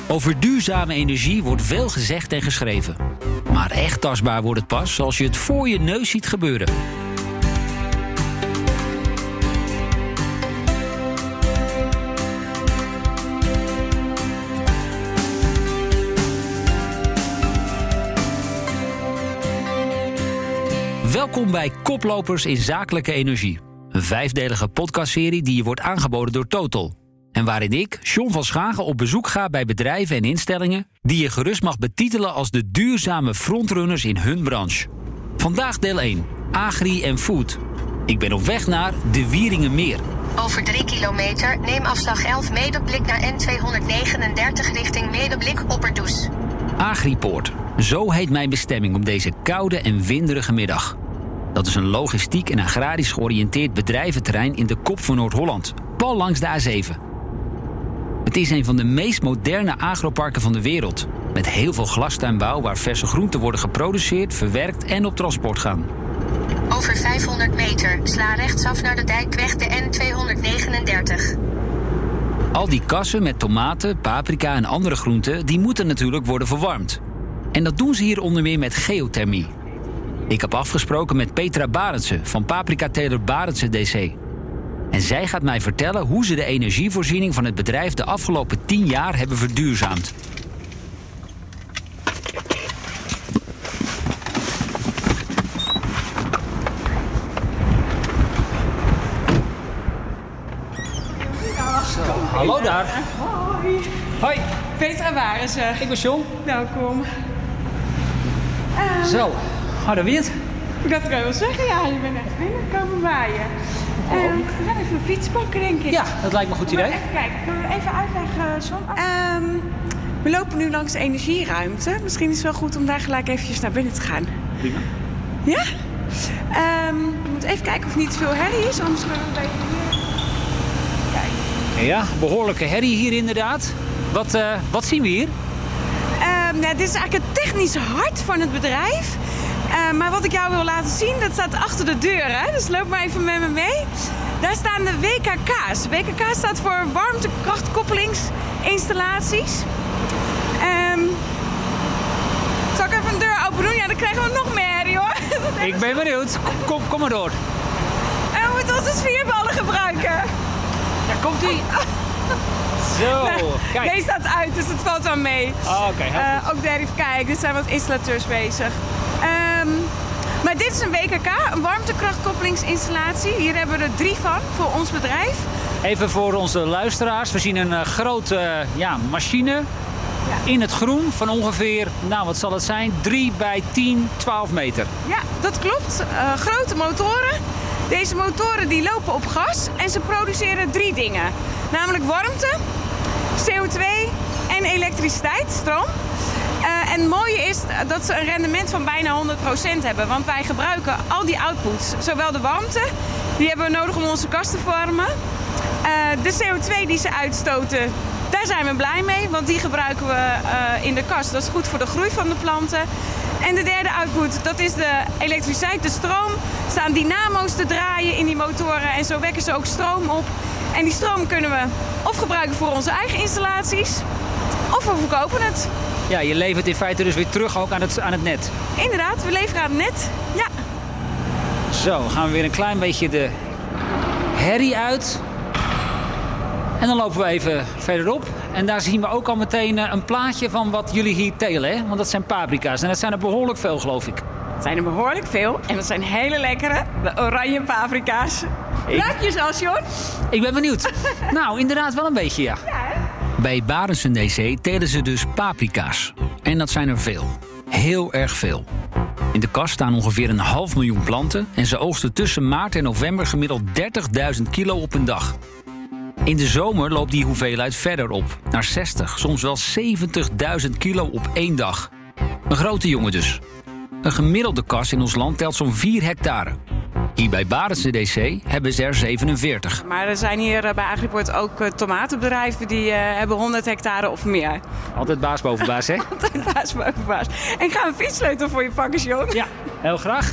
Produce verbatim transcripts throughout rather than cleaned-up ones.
Over duurzame energie wordt veel gezegd en geschreven. Maar echt tastbaar wordt het pas als je het voor je neus ziet gebeuren. Welkom bij Koplopers in Zakelijke Energie. Een vijfdelige podcastserie die je wordt aangeboden door Total. En waarin ik, John van Schagen, op bezoek ga bij bedrijven en instellingen die je gerust mag betitelen als de duurzame frontrunners in hun branche. Vandaag deel één, Agri en Food. Ik ben op weg naar de Wieringenmeer. Over drie kilometer neem afslag elf Medeblik naar N tweehonderdnegenendertig richting Medeblik Opperdoes. Agripoort, zo heet mijn bestemming op deze koude en winderige middag. Dat is een logistiek en agrarisch georiënteerd bedrijventerrein in de kop van Noord-Holland, pal langs de A zeven. Het is een van de meest moderne agroparken van de wereld, met heel veel glastuinbouw waar verse groenten worden geproduceerd, verwerkt en op transport gaan. Over vijfhonderd meter, sla rechtsaf naar de dijkweg de N tweehonderdnegenendertig. Al die kassen met tomaten, paprika en andere groenten, die moeten natuurlijk worden verwarmd. En dat doen ze hier onder meer met geothermie. Ik heb afgesproken met Petra Barendse van paprikateler Barendse D C. En zij gaat mij vertellen hoe ze de energievoorziening van het bedrijf de afgelopen tien jaar hebben verduurzaamd. Zo, hallo daar. Hoi. Hoi. Petra Barendse. Ik ben John. Welkom. Zo, harde wind. Dat kan je wel zeggen, ja. Je bent echt binnen komen waaien. Oh. Uh, we gaan even een fiets pakken, denk ik. Ja, dat lijkt me een goed idee. Maar even kijken, kunnen we even uitleggen, John? Um, we lopen nu langs de energieruimte. Misschien is het wel goed om daar gelijk eventjes naar binnen te gaan. Prima. Ja? Um, we moeten even kijken of niet te veel herrie is, anders kunnen we een beetje hier... Kijk. Ja, behoorlijke herrie hier inderdaad. Wat, uh, wat zien we hier? Um, nou, dit is eigenlijk het technische hart van het bedrijf. Uh, maar wat ik jou wil laten zien, dat staat achter de deur. Hè? Dus loop maar even met me mee. Daar staan de W K K's. W K K staat voor warmtekrachtkoppelingsinstallaties. Um, zal ik even een deur open doen? Ja, dan krijgen we nog meer herrie, hoor. Ik ben benieuwd. Kom, kom maar door. En we moeten onze vierballen gebruiken. Daar komt ie. Zo, kijk. Deze staat uit, dus het valt wel mee. Oh, oké. Okay, uh, ook daar even kijken, er zijn wat installateurs bezig. Um, maar dit is een W K K, een warmtekrachtkoppelingsinstallatie. Hier hebben we er drie van voor ons bedrijf. Even voor onze luisteraars. We zien een uh, grote uh, ja, machine ja. in het groen van ongeveer, nou wat zal het zijn, drie bij tien, twaalf meter. Ja, dat klopt. Uh, grote motoren. Deze motoren die lopen op gas en ze produceren drie dingen. Namelijk warmte, C O twee en elektriciteit, stroom. Uh, en het mooie is dat ze een rendement van bijna honderd procent hebben. Want wij gebruiken al die outputs. Zowel de warmte, die hebben we nodig om onze kast te verwarmen. Uh, de C O twee die ze uitstoten, daar zijn we blij mee. Want die gebruiken we uh, in de kast. Dat is goed voor de groei van de planten. En de derde output, dat is de elektriciteit, de stroom. Er staan dynamo's te draaien in die motoren en zo wekken ze ook stroom op. En die stroom kunnen we of gebruiken voor onze eigen installaties, of we verkopen het. Ja, je levert in feite dus weer terug ook aan het, aan het net. Inderdaad, we leveren aan het net, ja. Zo, gaan we weer een klein beetje de herrie uit. En dan lopen we even verderop. En daar zien we ook al meteen een plaatje van wat jullie hier telen, hè? Want dat zijn paprika's en dat zijn er behoorlijk veel, geloof ik. Het zijn er behoorlijk veel en dat zijn hele lekkere, de oranje paprika's. Ruik je ze al, John? Ik ben benieuwd. Nou, inderdaad wel een beetje, ja. Ja, hè? Bij Barendse D C telen ze dus paprika's. En dat zijn er veel. Heel erg veel. In de kast staan ongeveer een half miljoen planten en ze oogsten tussen maart en november gemiddeld dertigduizend kilo op een dag. In de zomer loopt die hoeveelheid verder op, naar zestig, soms wel zeventigduizend kilo op één dag. Een grote jongen dus. Een gemiddelde kas in ons land telt zo'n vier hectare. Hier bij Barendse D C hebben ze er zevenenveertig. Maar er zijn hier bij Agripoort ook tomatenbedrijven die uh, hebben honderd hectare of meer. Altijd baas boven baas, hè? Altijd baas boven baas. En ik ga een fietssleutel voor je pakken, John. Ja, heel graag.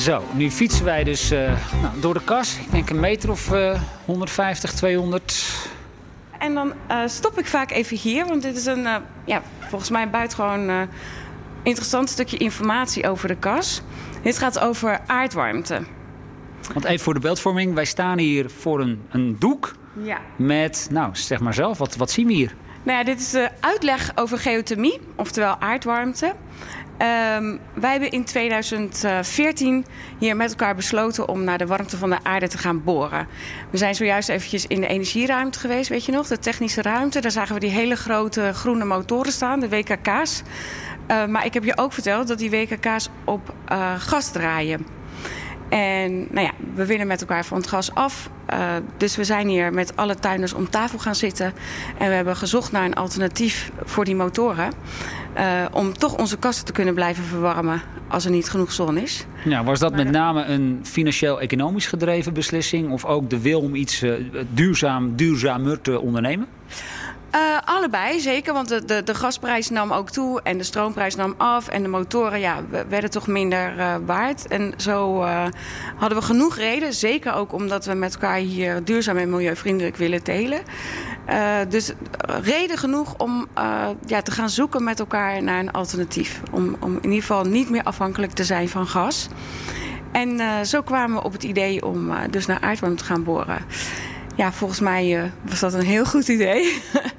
Zo, nu fietsen wij dus uh, nou, door de kas. Ik denk een meter of uh, honderdvijftig, tweehonderd. En dan uh, stop ik vaak even hier, want dit is een, uh, ja, volgens mij buitengewoon uh, interessant stukje informatie over de kas. Dit gaat over aardwarmte. Want even voor de beeldvorming, wij staan hier voor een, een doek ja. met, nou zeg maar zelf, wat, wat zien we hier? Nou ja, dit is de uitleg over geothermie, oftewel aardwarmte. Um, wij hebben in tweeduizend veertien hier met elkaar besloten om naar de warmte van de aarde te gaan boren. We zijn zojuist eventjes in de energieruimte geweest, weet je nog, de technische ruimte. Daar zagen we die hele grote groene motoren staan, de W K K's. Uh, maar ik heb je ook verteld dat die W K K's op uh, gas draaien. En nou ja, we willen met elkaar van het gas af. Uh, dus we zijn hier met alle tuinders om tafel gaan zitten. En we hebben gezocht naar een alternatief voor die motoren. Uh, om toch onze kasten te kunnen blijven verwarmen als er niet genoeg zon is. Ja, was dat met name een financieel-economisch gedreven beslissing? Of ook de wil om iets uh, duurzaam, duurzamer te ondernemen? Uh, allebei, zeker. Want de, de, de gasprijs nam ook toe en de stroomprijs nam af. En de motoren ja, werden toch minder uh, waard. En zo uh, hadden we genoeg reden. Zeker ook omdat we met elkaar hier duurzaam en milieuvriendelijk willen telen. Uh, dus uh, reden genoeg om uh, ja, te gaan zoeken met elkaar naar een alternatief. Om, om in ieder geval niet meer afhankelijk te zijn van gas. En uh, zo kwamen we op het idee om uh, dus naar aardwarmte te gaan boren. Ja, volgens mij uh, was dat een heel goed idee.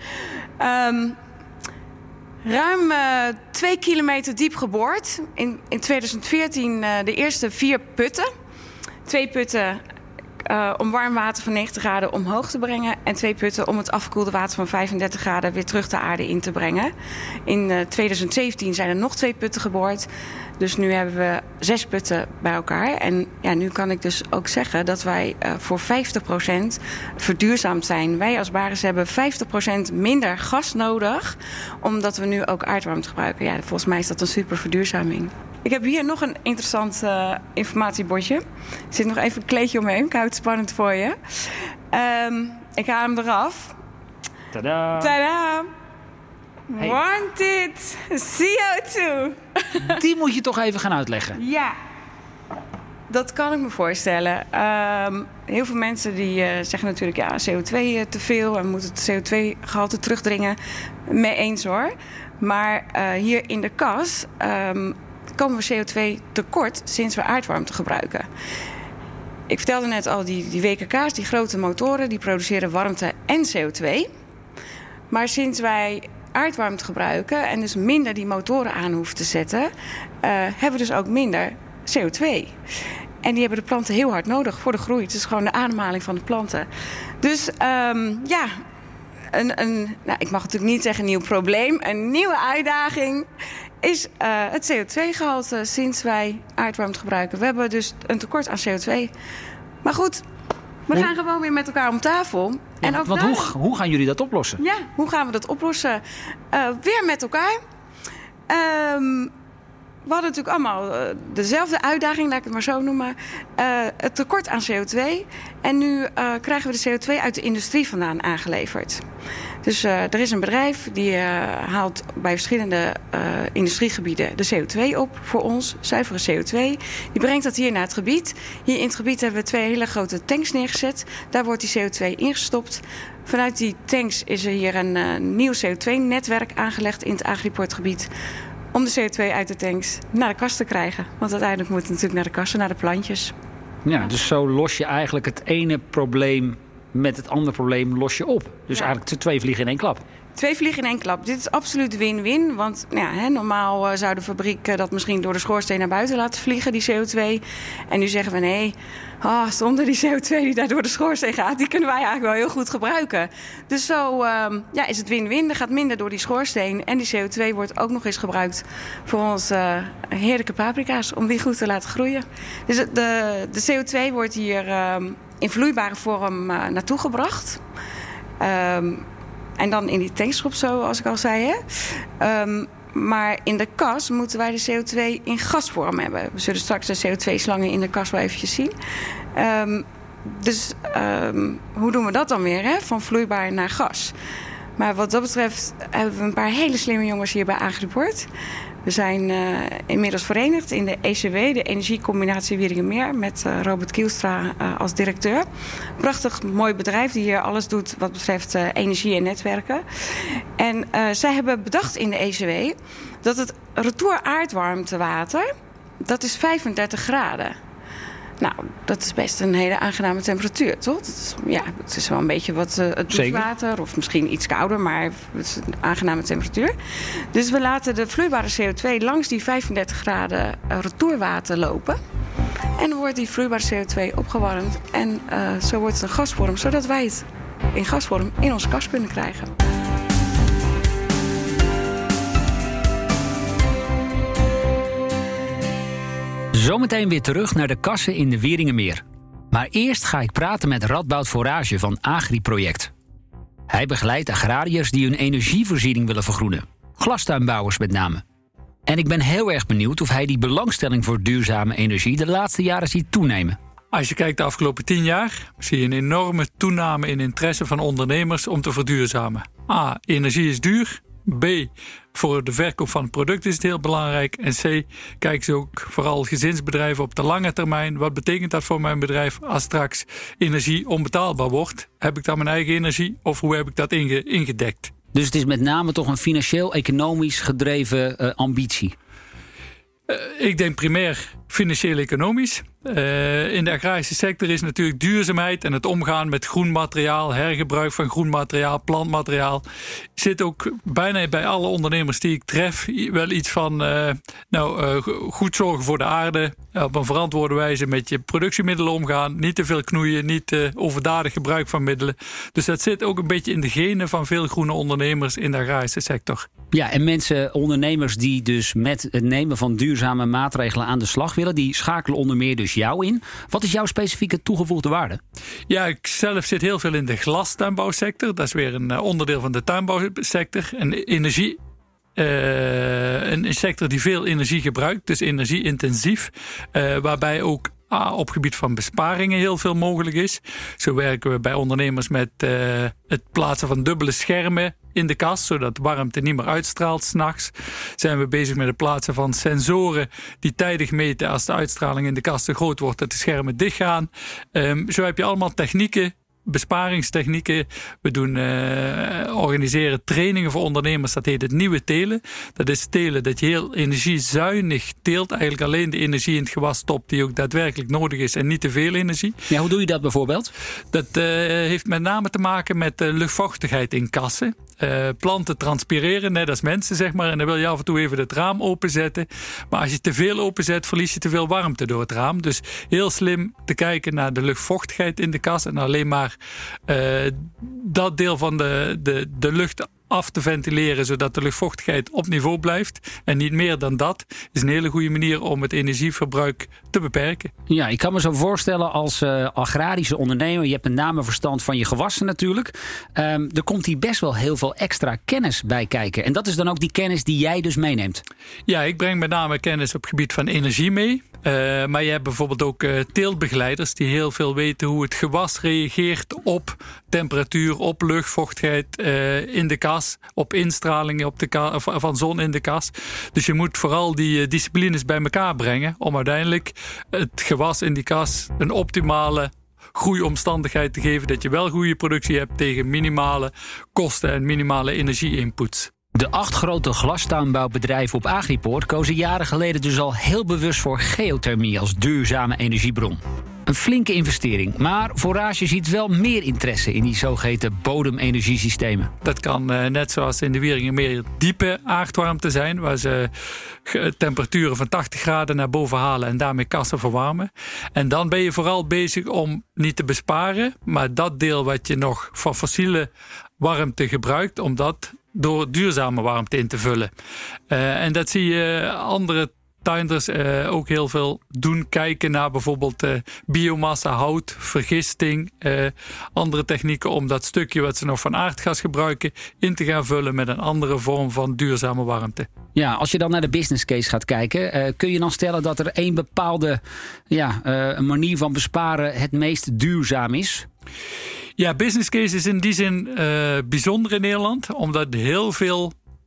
um, ruim uh, twee kilometer diep geboord. In, in tweeduizend veertien uh, de eerste vier putten. Twee putten uh, om warm water van negentig graden omhoog te brengen. En twee putten om het afgekoelde water van vijfendertig graden weer terug de aarde in te brengen. In uh, tweeduizend zeventien zijn er nog twee putten geboord. Dus nu hebben we zes putten bij elkaar. En ja, nu kan ik dus ook zeggen dat wij uh, voor vijftig procent verduurzaamd zijn. Wij als Baris hebben vijftig procent minder gas nodig, omdat we nu ook aardwarmte gebruiken. Ja, volgens mij is dat een super verduurzaming. Ik heb hier nog een interessant uh, informatiebordje. Er zit nog even een kleedje omheen. Ik hou het spannend voor je. Um, ik haal hem eraf. Tadaa! Tadaa! Hey. Wanted C O twee. Die moet je toch even gaan uitleggen. Ja, dat kan ik me voorstellen. Um, heel veel mensen die uh, zeggen natuurlijk ja, C O twee uh, te veel en moeten het C O twee gehalte terugdringen. Mee eens hoor. Maar uh, hier in de kas um, komen we C O twee tekort sinds we aardwarmte gebruiken. Ik vertelde net al, die, die W K K's, die grote motoren, die produceren warmte en C O twee. Maar sinds wij aardwarmte gebruiken en dus minder die motoren aan hoeven te zetten, uh, hebben we dus ook minder C O twee. En die hebben de planten heel hard nodig voor de groei. Het is gewoon de ademhaling van de planten. Dus um, ja, een, een, nou, ik mag natuurlijk niet zeggen een nieuw probleem. Een nieuwe uitdaging is uh, het C O twee gehalte sinds wij aardwarmte gebruiken. We hebben dus een tekort aan C O twee. Maar goed, we gaan gewoon weer met elkaar om tafel. Ja, en ook want hoe, hoe gaan jullie dat oplossen? Ja, hoe gaan we dat oplossen? Uh, weer met elkaar. Um, we hadden natuurlijk allemaal uh, dezelfde uitdaging, laat ik het maar zo noemen. Uh, het tekort aan C O twee. En nu uh, krijgen we de C O twee uit de industrie vandaan aangeleverd. Dus uh, er is een bedrijf die uh, haalt bij verschillende uh, industriegebieden de C O twee op voor ons, zuivere C O twee. Die brengt dat hier naar het gebied. Hier in het gebied hebben we twee hele grote tanks neergezet. Daar wordt die C O twee ingestopt. Vanuit die tanks is er hier een uh, nieuw C O twee netwerk aangelegd in het Agriportgebied, om de C O twee uit de tanks naar de kast te krijgen. Want uiteindelijk moet het natuurlijk naar de kassen, naar de plantjes. Ja, dus zo los je eigenlijk het ene probleem met het andere probleem los je op. Dus ja, eigenlijk twee vliegen in één klap. Twee vliegen in één klap. Dit is absoluut win-win. Want ja, hè, normaal uh, zou de fabriek uh, dat misschien door de schoorsteen naar buiten laten vliegen, die C O twee. En nu zeggen we nee, oh, zonder die C O twee die daar door de schoorsteen gaat, die kunnen wij eigenlijk wel heel goed gebruiken. Dus zo uh, ja, is het win-win. Er gaat minder door die schoorsteen. En die C O twee wordt ook nog eens gebruikt voor onze uh, heerlijke paprika's, om die goed te laten groeien. Dus de, de C O twee wordt hier uh, in vloeibare vorm uh, naartoe gebracht. Um, En dan in die tankschop, zoals ik al zei. Hè? Um, maar in de kas moeten wij de C O twee in gasvorm hebben. We zullen straks de C O twee slangen in de kas wel eventjes zien. Um, dus um, hoe doen we dat dan weer? Hè? Van vloeibaar naar gas. Maar wat dat betreft hebben we een paar hele slimme jongens hier bij Agriport. We zijn uh, inmiddels verenigd in de E C W, de Energiecombinatie Wieringermeer, met uh, Robert Kielstra uh, als directeur. Prachtig mooi bedrijf die hier alles doet wat betreft uh, energie en netwerken. En uh, zij hebben bedacht in de E C W dat het retour aardwarmtewater, dat is vijfendertig graden. Nou, dat is best een hele aangename temperatuur, toch? Dat is, ja, het is wel een beetje wat uh, het douchewater, of misschien iets kouder, maar het is een aangename temperatuur. Dus we laten de vloeibare C O twee langs die vijfendertig graden uh, retourwater lopen. En dan wordt die vloeibare C O twee opgewarmd en uh, zo wordt het een gasvorm, zodat wij het in gasvorm in onze kast kunnen krijgen. Zometeen weer terug naar de kassen in de Wieringermeer. Maar eerst ga ik praten met Radboud Forage van Agri-project. Hij begeleidt agrariërs die hun energievoorziening willen vergroenen. Glastuinbouwers met name. En ik ben heel erg benieuwd of hij die belangstelling voor duurzame energie de laatste jaren ziet toenemen. Als je kijkt de afgelopen tien jaar, zie je een enorme toename in interesse van ondernemers om te verduurzamen. A, energie is duur. B, voor de verkoop van het product is het heel belangrijk. En C, kijken ze ook vooral gezinsbedrijven op de lange termijn. Wat betekent dat voor mijn bedrijf als straks energie onbetaalbaar wordt? Heb ik dan mijn eigen energie of hoe heb ik dat inge- ingedekt? Dus het is met name toch een financieel-economisch gedreven uh, ambitie? Uh, ik denk primair financieel-economisch. Uh, in de agrarische sector is natuurlijk duurzaamheid en het omgaan met groen materiaal, hergebruik van groen materiaal, plantmateriaal, zit ook bijna bij alle ondernemers die ik tref wel iets van uh, nou, uh, goed zorgen voor de aarde, op een verantwoorde wijze met je productiemiddelen omgaan, niet te veel knoeien, niet uh, overdadig gebruik van middelen. Dus dat zit ook een beetje in de genen van veel groene ondernemers in de agrarische sector. Ja, en mensen, ondernemers die dus met het nemen van duurzame maatregelen aan de slag willen, die schakelen onder meer dus jou in. Wat is jouw specifieke toegevoegde waarde? Ja, ik zelf zit heel veel in de glastuinbouwsector. Dat is weer een onderdeel van de tuinbouwsector. En energie, uh, een sector die veel energie gebruikt, dus energie-intensief. Uh, waarbij ook A, op gebied van besparingen heel veel mogelijk is. Zo werken we bij ondernemers met uh, het plaatsen van dubbele schermen in de kast, zodat warmte niet meer uitstraalt 's nachts. Zijn we bezig met het plaatsen van sensoren die tijdig meten als de uitstraling in de kast te groot wordt, dat de schermen dichtgaan. Um, zo heb je allemaal technieken, besparingstechnieken. We doen, uh, organiseren trainingen voor ondernemers. Dat heet het nieuwe telen. Dat is telen dat je heel energiezuinig teelt. Eigenlijk alleen de energie in het gewas stopt die ook daadwerkelijk nodig is en niet te veel energie. Ja, hoe doe je dat bijvoorbeeld? Dat uh, heeft met name te maken met uh, luchtvochtigheid in kassen. Uh, planten transpireren, net als mensen, zeg maar. En dan wil je af en toe even het raam openzetten. Maar als je te veel openzet, verlies je te veel warmte door het raam. Dus heel slim te kijken naar de luchtvochtigheid in de kas. En alleen maar uh, dat deel van de, de, de lucht af te ventileren, zodat de luchtvochtigheid op niveau blijft. En niet meer dan dat is een hele goede manier om het energieverbruik te beperken. Ja, ik kan me zo voorstellen als uh, agrarische ondernemer, je hebt met name verstand van je gewassen natuurlijk. Um, er komt hier best wel heel veel extra kennis bij kijken. En dat is dan ook die kennis die jij dus meeneemt? Ja, ik breng met name kennis op het gebied van energie mee. Uh, maar je hebt bijvoorbeeld ook uh, teeltbegeleiders die heel veel weten hoe het gewas reageert op temperatuur, op luchtvochtigheid uh, in de kas, op instralingen op de ka- van zon in de kas. Dus je moet vooral die uh, disciplines bij elkaar brengen om uiteindelijk het gewas in die kas een optimale groeiomstandigheid te geven, dat je wel goede productie hebt tegen minimale kosten en minimale energie-inputs. De acht grote glastuinbouwbedrijven op Agripoort kozen jaren geleden dus al heel bewust voor geothermie als duurzame energiebron. Een flinke investering, maar Forage ziet wel meer interesse in die zogeheten bodemenergiesystemen. Dat kan uh, net zoals in de Wieringermeer diepe aardwarmte zijn, waar ze temperaturen van tachtig graden naar boven halen en daarmee kassen verwarmen. En dan ben je vooral bezig om niet te besparen, maar dat deel wat je nog van fossiele warmte gebruikt, om dat door duurzame warmte in te vullen. Uh, en dat zie je andere tuinders uh, ook heel veel doen. Kijken naar bijvoorbeeld uh, biomassa, hout, vergisting, uh, andere technieken om dat stukje wat ze nog van aardgas gebruiken in te gaan vullen met een andere vorm van duurzame warmte. Ja, als je dan naar de business case gaat kijken, uh, kun je dan stellen dat er één bepaalde ja, uh, manier van besparen het meest duurzaam is? Ja, business case is in die zin uh, bijzonder in Nederland, omdat heel veel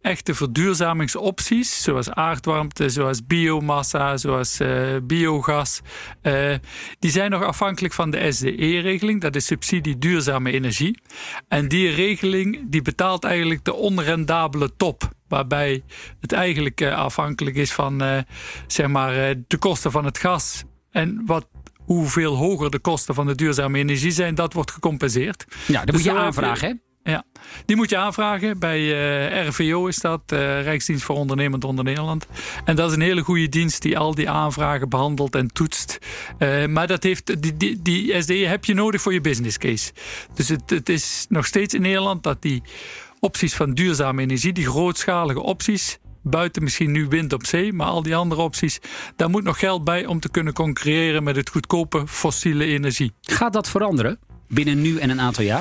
echte verduurzamingsopties, zoals aardwarmte, zoals biomassa, zoals uh, biogas, uh, die zijn nog afhankelijk van de S D E-regeling. Dat is subsidie duurzame energie. En die regeling die betaalt eigenlijk de onrendabele top. Waarbij het eigenlijk uh, afhankelijk is van uh, zeg maar, uh, de kosten van het gas. En wat, hoeveel hoger de kosten van de duurzame energie zijn, dat wordt gecompenseerd. Ja, dat dus moet je aanvragen, hè? Ja, die moet je aanvragen. Bij uh, R V O is dat, uh, Rijksdienst voor Ondernemend Onder Nederland. En dat is een hele goede dienst die al die aanvragen behandelt en toetst. Uh, maar dat heeft, die, die, die S D E heb je nodig voor je business case. Dus het, het is nog steeds in Nederland dat die opties van duurzame energie, die grootschalige opties, buiten misschien nu wind op zee, maar al die andere opties, daar moet nog geld bij om te kunnen concurreren met het goedkope fossiele energie. Gaat dat veranderen binnen nu en een aantal jaar?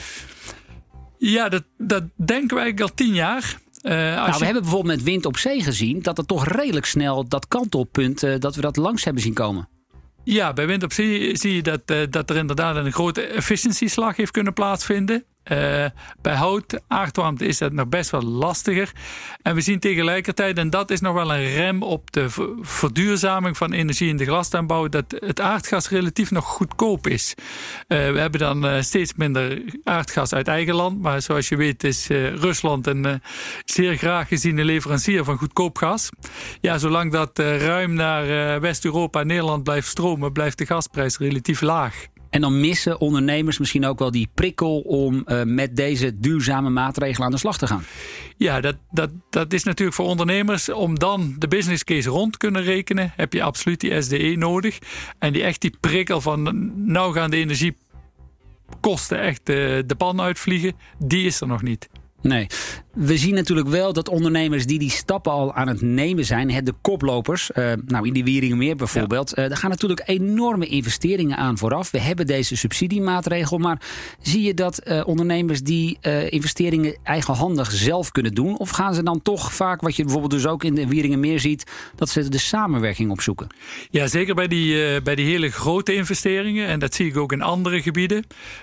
Ja, dat, dat denken we eigenlijk al tien jaar. Uh, nou, je... we hebben bijvoorbeeld met wind op zee gezien dat het toch redelijk snel dat kantelpunt, uh, dat we dat langs hebben zien komen. Ja, bij wind op zee zie je dat, uh, dat er inderdaad een grote efficiëntieslag heeft kunnen plaatsvinden. Uh, bij hout, aardwarmte is dat nog best wel lastiger. En we zien tegelijkertijd, en dat is nog wel een rem op de verduurzaming van energie in de glastuinbouw, dat het aardgas relatief nog goedkoop is. Uh, we hebben dan uh, steeds minder aardgas uit eigen land. Maar zoals je weet is uh, Rusland een uh, zeer graag geziene leverancier van goedkoop gas. Ja, zolang dat uh, ruim naar uh, West-Europa en Nederland blijft stromen, blijft de gasprijs relatief laag. En dan missen ondernemers misschien ook wel die prikkel om uh, met deze duurzame maatregelen aan de slag te gaan. Ja, dat, dat, dat is natuurlijk voor ondernemers. Om dan de business case rond te kunnen rekenen, heb je absoluut die S D E nodig. En die echt die prikkel van nou gaan de energiekosten echt de, de pan uitvliegen, die is er nog niet. Nee, we zien natuurlijk wel dat ondernemers die die stappen al aan het nemen zijn, de koplopers, uh, nou in die Wieringermeer bijvoorbeeld, ja. uh, daar gaan natuurlijk enorme investeringen aan vooraf. We hebben deze subsidiemaatregel, maar zie je dat uh, ondernemers die uh, investeringen eigenhandig zelf kunnen doen? Of gaan ze dan toch vaak, wat je bijvoorbeeld dus ook in de Wieringermeer ziet, dat ze de samenwerking opzoeken? Ja, zeker bij die, uh, bij die hele grote investeringen. En dat zie ik ook in andere gebieden.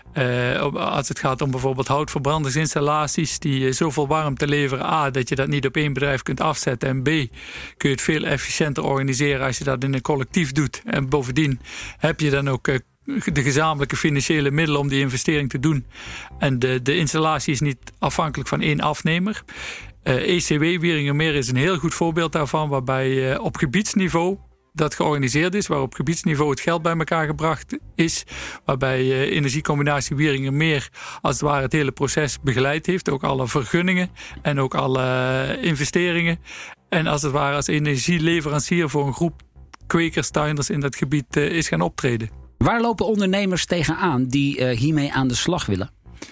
Uh, als het gaat om bijvoorbeeld houtverbrandingsinstallaties die uh, zoveel warmte leveren. A, dat je dat niet op één bedrijf kunt afzetten. En B, kun je het veel efficiënter organiseren als je dat in een collectief doet. En bovendien heb je dan ook uh, de gezamenlijke financiële middelen om die investering te doen. En de, de installatie is niet afhankelijk van één afnemer. Uh, E C W Wieringermeer is een heel goed voorbeeld daarvan, waarbij uh, op gebiedsniveau dat georganiseerd is, waar op gebiedsniveau het geld bij elkaar gebracht is, waarbij uh, Energiecombinatie Wieringermeer als het ware het hele proces begeleid heeft, ook alle vergunningen en ook alle uh, investeringen. En als het ware als energieleverancier voor een groep kwekers, tuinders in dat gebied uh, is gaan optreden. Waar lopen ondernemers tegenaan die uh, hiermee aan de slag willen?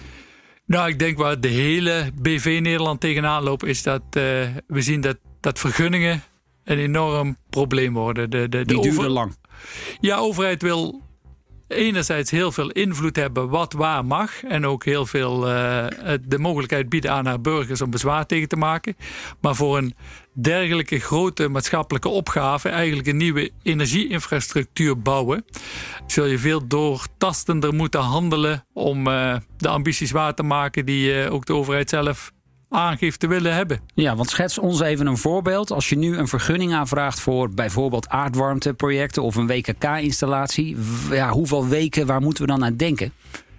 Nou, ik denk waar de hele B V Nederland tegenaan loopt, is dat uh, we zien dat, dat vergunningen een enorm probleem worden. De, de, de Die duren over... lang. Ja, overheid wil enerzijds heel veel invloed hebben wat waar mag. En ook heel veel uh, de mogelijkheid bieden aan haar burgers om bezwaar tegen te maken. Maar voor een dergelijke grote maatschappelijke opgave, eigenlijk een nieuwe energieinfrastructuur bouwen, zul je veel doortastender moeten handelen om uh, de ambities waar te maken die uh, ook de overheid zelf aangeeft te willen hebben. Ja, want schets ons even een voorbeeld. Als je nu een vergunning aanvraagt voor bijvoorbeeld aardwarmteprojecten of een W K K-installatie, ja, hoeveel weken, waar moeten we dan aan denken?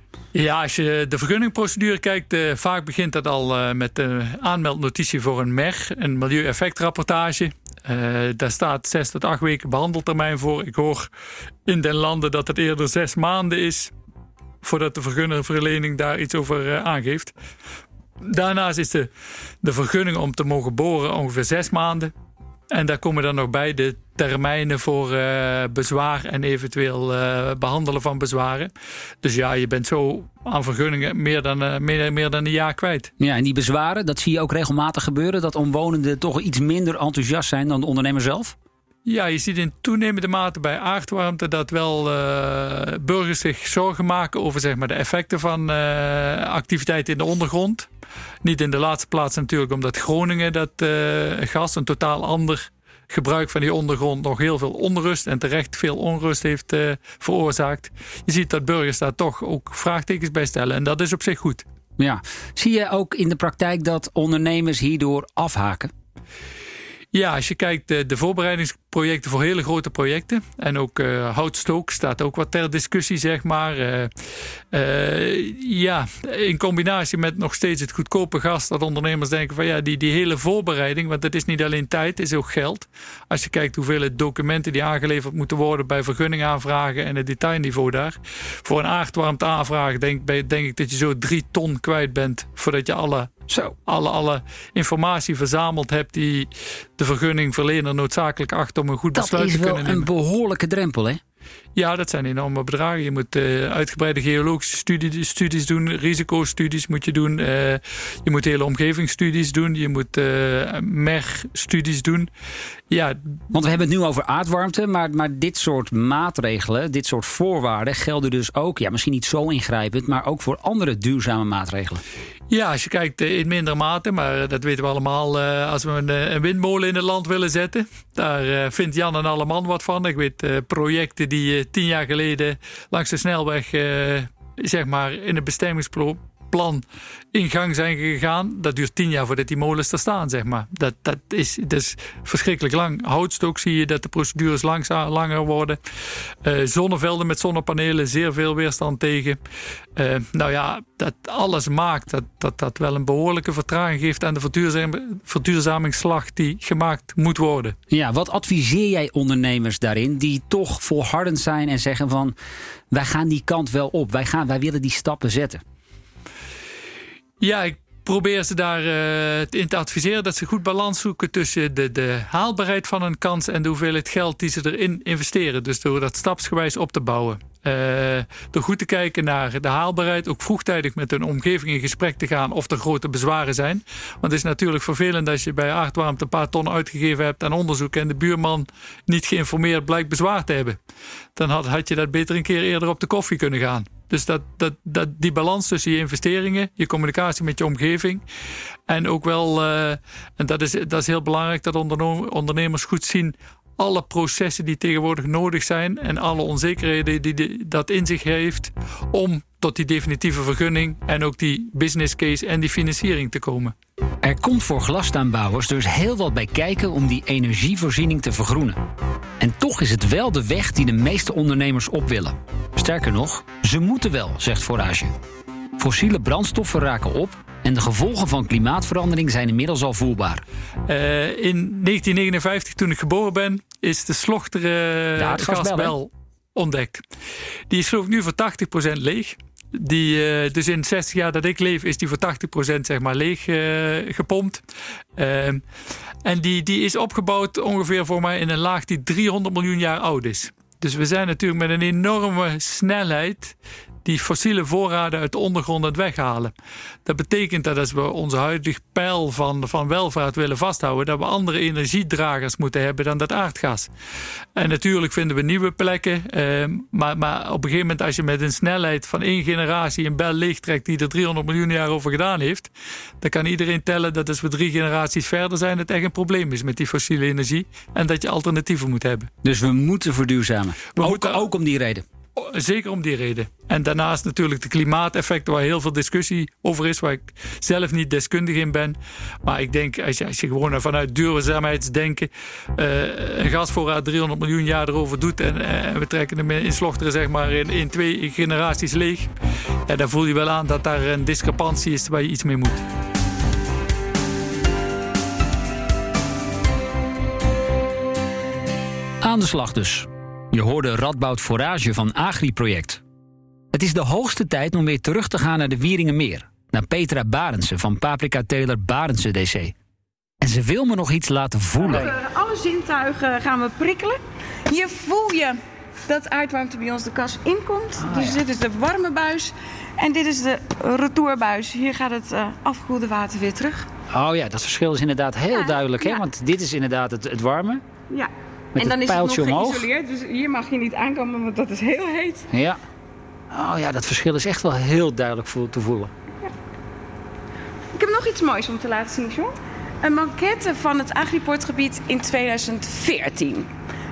Ja, als je de vergunningprocedure kijkt, uh, vaak begint dat al uh, met de aanmeldnotitie voor een M E R, een milieueffectrapportage. Uh, daar staat zes tot acht weken behandeltermijn voor. Ik hoor in den landen dat het eerder zes maanden is voordat de vergunnerverlening daar iets over uh, aangeeft. Daarnaast is de, de vergunning om te mogen boren ongeveer zes maanden. En daar komen dan nog bij de termijnen voor uh, bezwaar en eventueel uh, behandelen van bezwaren. Dus ja, je bent zo aan vergunningen meer dan, uh, meer, meer dan een jaar kwijt. Ja, en die bezwaren, dat zie je ook regelmatig gebeuren, dat omwonenden toch iets minder enthousiast zijn dan de ondernemer zelf? Ja, je ziet in toenemende mate bij aardwarmte dat wel uh, burgers zich zorgen maken over zeg maar, de effecten van uh, activiteiten in de ondergrond. Niet in de laatste plaats natuurlijk omdat Groningen dat uh, gas, een totaal ander gebruik van die ondergrond, nog heel veel onrust en terecht veel onrust heeft uh, veroorzaakt. Je ziet dat burgers daar toch ook vraagtekens bij stellen en dat is op zich goed. Ja. Zie je ook in de praktijk dat ondernemers hierdoor afhaken? Ja, als je kijkt de, de voorbereidingsprojecten voor hele grote projecten. En ook uh, houtstook staat ook wat ter discussie, zeg maar. Uh, uh, ja, in combinatie met nog steeds het goedkope gas. Dat ondernemers denken van ja, die, die hele voorbereiding. Want het is niet alleen tijd, het is ook geld. Als je kijkt hoeveel documenten die aangeleverd moeten worden bij vergunningaanvragen en het detailniveau daar. Voor een aardwarmte aanvraag denk, denk ik dat je zo drie ton kwijt bent voordat je alle... Zo, alle, alle informatie verzameld hebt die de vergunningverlener noodzakelijk acht om een goed besluit te kunnen nemen. Dat is wel een behoorlijke drempel, hè? Ja, dat zijn enorme bedragen. Je moet uh, uitgebreide geologische studie, studies doen, risicostudies moet je doen. Uh, je moet hele omgevingsstudies doen. Je moet uh, M E R-studies doen. Ja. Want we hebben het nu over aardwarmte, maar, maar dit soort maatregelen, dit soort voorwaarden gelden dus ook, ja, misschien niet zo ingrijpend, maar ook voor andere duurzame maatregelen. Ja, als je kijkt in mindere mate, maar dat weten we allemaal. Als we een, een windmolen in het land willen zetten, daar vindt Jan en Alleman wat van. Ik weet uh, projecten die uh, tien jaar geleden langs de snelweg uh, zeg maar in het bestemmingsplan in gang zijn gegaan. Dat duurt tien jaar voordat die molens er staan, zeg maar. Dat, dat, is, dat is verschrikkelijk lang. Houtstook zie je dat de procedures langs, langer worden. Uh, zonnevelden met zonnepanelen, zeer veel weerstand tegen. Uh, nou ja, dat alles maakt dat, dat dat wel een behoorlijke vertraging geeft aan de verduurzam, verduurzamingsslag die gemaakt moet worden. Ja, wat adviseer jij ondernemers daarin die toch volhardend zijn en zeggen van wij gaan die kant wel op. Wij, gaan, wij willen die stappen zetten. Ja, ik probeer ze daar uh, in te adviseren dat ze goed balans zoeken tussen de, de haalbaarheid van een kans en de hoeveelheid geld die ze erin investeren. Dus door dat stapsgewijs op te bouwen. Uh, door goed te kijken naar de haalbaarheid, ook vroegtijdig met hun omgeving in gesprek te gaan of er grote bezwaren zijn. Want het is natuurlijk vervelend als je bij aardwarmte een paar ton uitgegeven hebt aan onderzoek en de buurman niet geïnformeerd blijkt bezwaar te hebben. Dan had, had je dat beter een keer eerder op de koffie kunnen gaan. Dus dat, dat, dat, die balans tussen je investeringen, je communicatie met je omgeving en ook wel, uh, en dat is, dat is heel belangrijk, dat ondernemers goed zien alle processen die tegenwoordig nodig zijn en alle onzekerheden die, die dat in zich heeft om tot die definitieve vergunning en ook die business case en die financiering te komen. Er komt voor glastuinbouwers dus heel wat bij kijken om die energievoorziening te vergroenen. En toch is het wel de weg die de meeste ondernemers op willen. Sterker nog, ze moeten wel, zegt Forage. Fossiele brandstoffen raken op en de gevolgen van klimaatverandering zijn inmiddels al voelbaar. Uh, in negentien negenenvijftig, toen ik geboren ben, is de Slochteren uh, gasbel ontdekt. Die is geloof ik nu voor tachtig procent leeg. Die, uh, dus in zestig jaar dat ik leef is die voor tachtig procent zeg maar leeg uh, gepompt. Uh, en die, die is opgebouwd ongeveer voor mij in een laag die driehonderd miljoen jaar oud is. Dus we zijn natuurlijk met een enorme snelheid die fossiele voorraden uit de ondergrond aan het weghalen. Dat betekent dat als we onze huidige pijl van, van welvaart willen vasthouden, dat we andere energiedragers moeten hebben dan dat aardgas. En natuurlijk vinden we nieuwe plekken, eh, maar, maar op een gegeven moment als je met een snelheid van één generatie een bel leegtrekt die er driehonderd miljoen jaar over gedaan heeft, dan kan iedereen tellen dat als we drie generaties verder zijn, het echt een probleem is met die fossiele energie en dat je alternatieven moet hebben. Dus we moeten verduurzamen. We ook, moeten, ook om die reden. Zeker om die reden. En daarnaast natuurlijk de klimaateffecten waar heel veel discussie over is, waar ik zelf niet deskundig in ben. Maar ik denk, als je, als je gewoon vanuit duurzaamheidsdenken uh, een gasvoorraad driehonderd miljoen jaar erover doet en, en we trekken hem in Slochteren zeg maar in, in twee generaties leeg, ja, dan voel je wel aan dat daar een discrepantie is waar je iets mee moet. Aan de slag dus. Je hoorde Radboud Forage van Agri-project. Het is de hoogste tijd om weer terug te gaan naar de Wieringermeer. Naar Petra Barendse van paprika-teler Barendse D C. En ze wil me nog iets laten voelen. Alle zintuigen gaan we prikkelen. Hier voel je dat aardwarmte bij ons de kas inkomt. Oh, dus ja. Dit is de warme buis. En dit is de retourbuis. Hier gaat het uh, afgekoelde water weer terug. Oh ja, dat verschil is inderdaad heel ja, duidelijk. Hè? Ja. Want dit is inderdaad het, het warme. Ja. Met en dan het is het nog omhoog. geïsoleerd, dus hier mag je niet aankomen, want dat is heel heet. Ja. Oh ja, dat verschil is echt wel heel duidelijk te voelen. Ja. Ik heb nog iets moois om te laten zien, John. Een maquette van het Agriportgebied in tweeduizend veertien.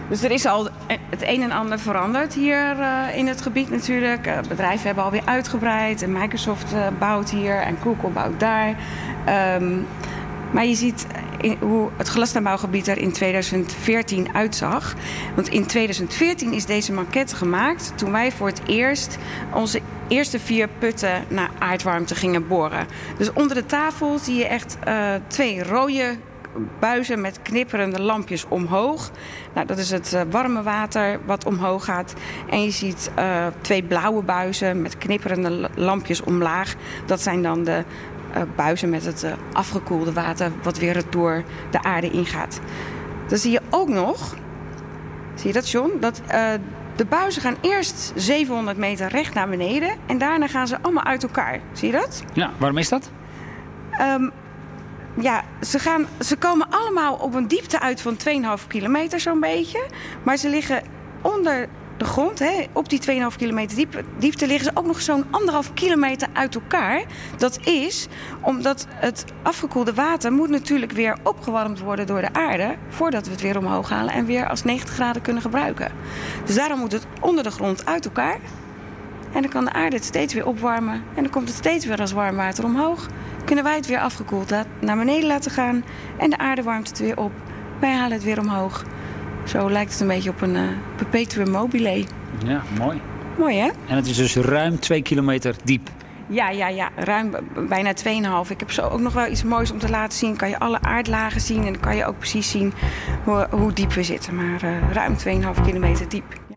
Dus er is al het een en ander veranderd hier uh, in het gebied natuurlijk. Uh, bedrijven hebben alweer uitgebreid. En Microsoft uh, bouwt hier en Google bouwt daar. Um, maar je ziet in, hoe het glastuinbouwgebied er in tweeduizend veertien uitzag. Want in tweeduizend veertien is deze maquette gemaakt toen wij voor het eerst onze eerste vier putten naar aardwarmte gingen boren. Dus onder de tafel zie je echt uh, twee rode buizen met knipperende lampjes omhoog. Nou, dat is het uh, warme water wat omhoog gaat. En je ziet uh, twee blauwe buizen met knipperende lampjes omlaag. Dat zijn dan de uh, buizen met het uh, afgekoelde water wat weer door de aarde ingaat. Dan zie je ook nog, zie je dat, John? Dat uh, de buizen gaan eerst zevenhonderd meter recht naar beneden en daarna gaan ze allemaal uit elkaar. Zie je dat? Ja, waarom is dat? Um, Ja, ze, gaan, ze komen allemaal op een diepte uit van twee komma vijf kilometer zo'n beetje. Maar ze liggen onder de grond, hè, op die twee komma vijf kilometer diep, diepte liggen ze ook nog zo'n anderhalf kilometer uit elkaar. Dat is omdat het afgekoelde water moet natuurlijk weer opgewarmd worden door de aarde voordat we het weer omhoog halen en weer als negentig graden kunnen gebruiken. Dus daarom moet het onder de grond uit elkaar. En dan kan de aarde het steeds weer opwarmen en dan komt het steeds weer als warm water omhoog. Kunnen wij het weer afgekoeld naar beneden laten gaan en de aarde warmt het weer op. Wij halen het weer omhoog. Zo lijkt het een beetje op een uh, perpetuum mobile. Ja, mooi. Mooi, hè? En het is dus ruim twee kilometer diep. Ja, ja, ja. Ruim bijna twee komma vijf. Ik heb zo ook nog wel iets moois om te laten zien. Kan je alle aardlagen zien en dan kan je ook precies zien hoe, hoe diep we zitten. Maar uh, ruim twee komma vijf kilometer diep. Ja.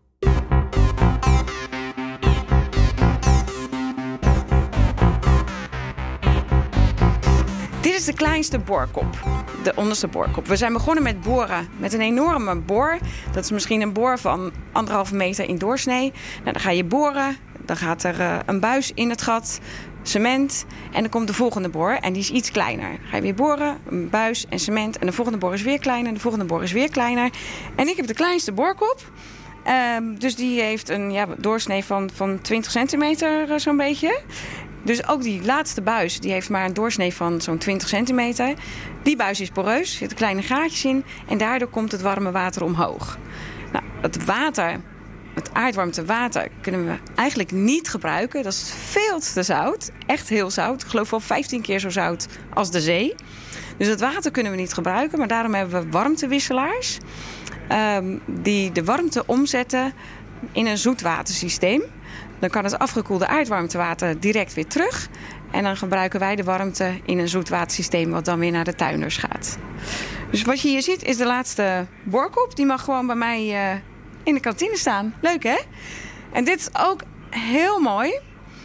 Dit is de kleinste boorkop, de onderste boorkop. We zijn begonnen met boren met een enorme boor. Dat is misschien een boor van anderhalve meter in doorsnee. Nou, dan ga je boren, dan gaat er uh, een buis in het gat, cement en dan komt de volgende boor en die is iets kleiner. Dan ga je weer boren, een buis en cement en de volgende boor is weer kleiner en de volgende boor is weer kleiner. En ik heb de kleinste boorkop. Um, dus die heeft een ja, doorsnee van, van twintig centimeter uh, zo'n beetje. Dus ook die laatste buis, die heeft maar een doorsnee van zo'n twintig centimeter. Die buis is poreus, er zitten kleine gaatjes in en daardoor komt het warme water omhoog. Nou, het water, het aardwarmte water, kunnen we eigenlijk niet gebruiken. Dat is veel te zout, echt heel zout. Ik geloof wel vijftien keer zo zout als de zee. Dus het water kunnen we niet gebruiken, maar daarom hebben we warmtewisselaars. Um, die de warmte omzetten in een zoetwatersysteem. Dan kan het afgekoelde aardwarmtewater direct weer terug. En dan gebruiken wij de warmte in een zoetwatersysteem wat dan weer naar de tuinders gaat. Dus wat je hier ziet is de laatste boorkop. Die mag gewoon bij mij uh, in de kantine staan. Leuk, hè? En dit is ook heel mooi.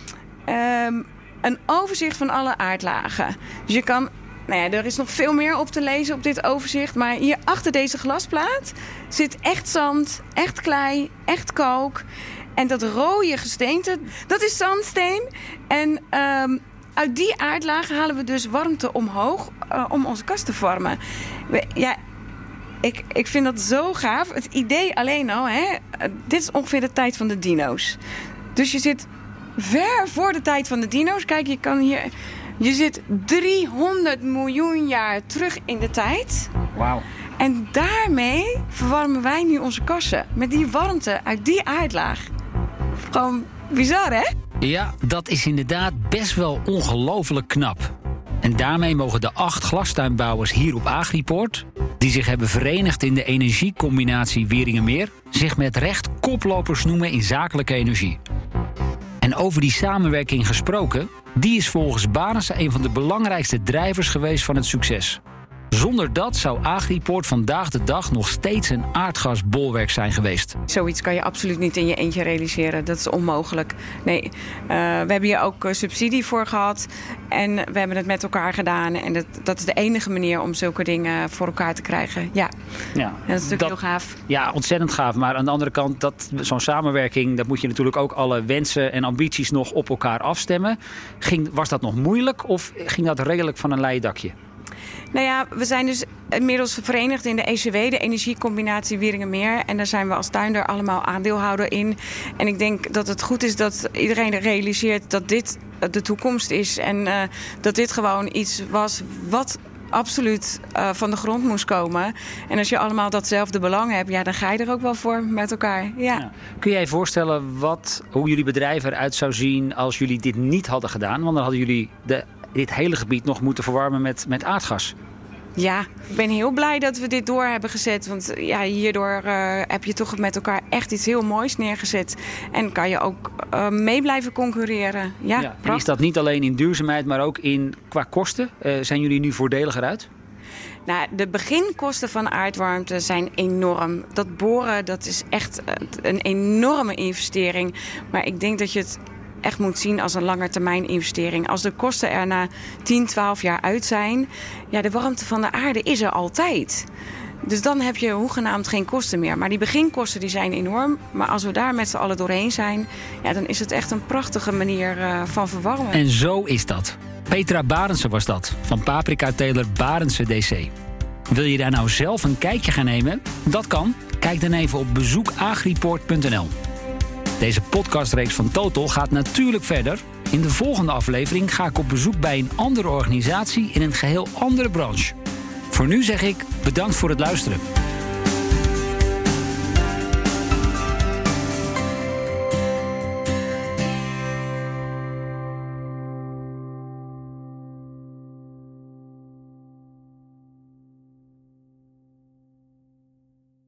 Um, een overzicht van alle aardlagen. Dus je kan... Nou ja, er is nog veel meer op te lezen op dit overzicht. Maar hier achter deze glasplaat zit echt zand, echt klei, echt kalk. En dat rode gesteente, dat is zandsteen. En um, uit die aardlagen halen we dus warmte omhoog uh, om onze kast te vormen. We, ja, ik, ik vind dat zo gaaf. Het idee alleen al, hè, dit is ongeveer de tijd van de dino's. Dus je zit ver voor de tijd van de dino's. Kijk, je kan hier... Je zit driehonderd miljoen jaar terug in de tijd. Wauw. En daarmee verwarmen wij nu onze kassen. Met die warmte uit die aardlaag. Gewoon bizar, hè? Ja, dat is inderdaad best wel ongelooflijk knap. En daarmee mogen de acht glastuinbouwers hier op Agripoort, die zich hebben verenigd in de energiecombinatie Wieringermeer, zich met recht koplopers noemen in zakelijke energie. En over die samenwerking gesproken, die is volgens Banes een van de belangrijkste drijvers geweest van het succes. Zonder dat zou Agripoort vandaag de dag nog steeds een aardgasbolwerk zijn geweest. Zoiets kan je absoluut niet in je eentje realiseren. Dat is onmogelijk. Nee, uh, we hebben hier ook uh, subsidie voor gehad. En we hebben het met elkaar gedaan. En dat, dat is de enige manier om zulke dingen voor elkaar te krijgen. Ja, ja en dat is natuurlijk dat, heel gaaf. Ja, ontzettend gaaf. Maar aan de andere kant, dat, zo'n samenwerking, dat moet je natuurlijk ook alle wensen en ambities nog op elkaar afstemmen. Ging, was dat nog moeilijk of ging dat redelijk van een leien dakje? Nou ja, we zijn dus inmiddels verenigd in de E C W, de energiecombinatie Wieringermeer. En daar zijn we als tuinder allemaal aandeelhouder in. En ik denk dat het goed is dat iedereen realiseert dat dit de toekomst is. En uh, dat dit gewoon iets was wat absoluut uh, van de grond moest komen. En als je allemaal datzelfde belang hebt, ja, dan ga je er ook wel voor met elkaar. Ja. Ja. Kun jij je voorstellen wat, hoe jullie bedrijf eruit zou zien als jullie dit niet hadden gedaan? Want dan hadden jullie de, dit hele gebied nog moeten verwarmen met, met aardgas. Ja, ik ben heel blij dat we dit door hebben gezet. Want ja, hierdoor uh, heb je toch met elkaar echt iets heel moois neergezet. En kan je ook uh, mee blijven concurreren. Ja, ja, en is dat niet alleen in duurzaamheid, maar ook in, qua kosten? Uh, zijn jullie nu voordeliger uit? Nou, de beginkosten van aardwarmte zijn enorm. Dat boren, dat is echt een enorme investering. Maar ik denk dat je het echt moet zien als een langetermijn investering. Als de kosten er na tien, twaalf jaar uit zijn, ja, de warmte van de aarde is er altijd. Dus dan heb je hoegenaamd geen kosten meer. Maar die beginkosten die zijn enorm. Maar als we daar met z'n allen doorheen zijn, ja, dan is het echt een prachtige manier uh, van verwarmen. En zo is dat. Petra Barendse was dat, van paprika-teler Barendse D C. Wil je daar nou zelf een kijkje gaan nemen? Dat kan. Kijk dan even op bezoek agripoort punt n l. Deze podcastreeks van Total gaat natuurlijk verder. In de volgende aflevering ga ik op bezoek bij een andere organisatie in een geheel andere branche. Voor nu zeg ik bedankt voor het luisteren.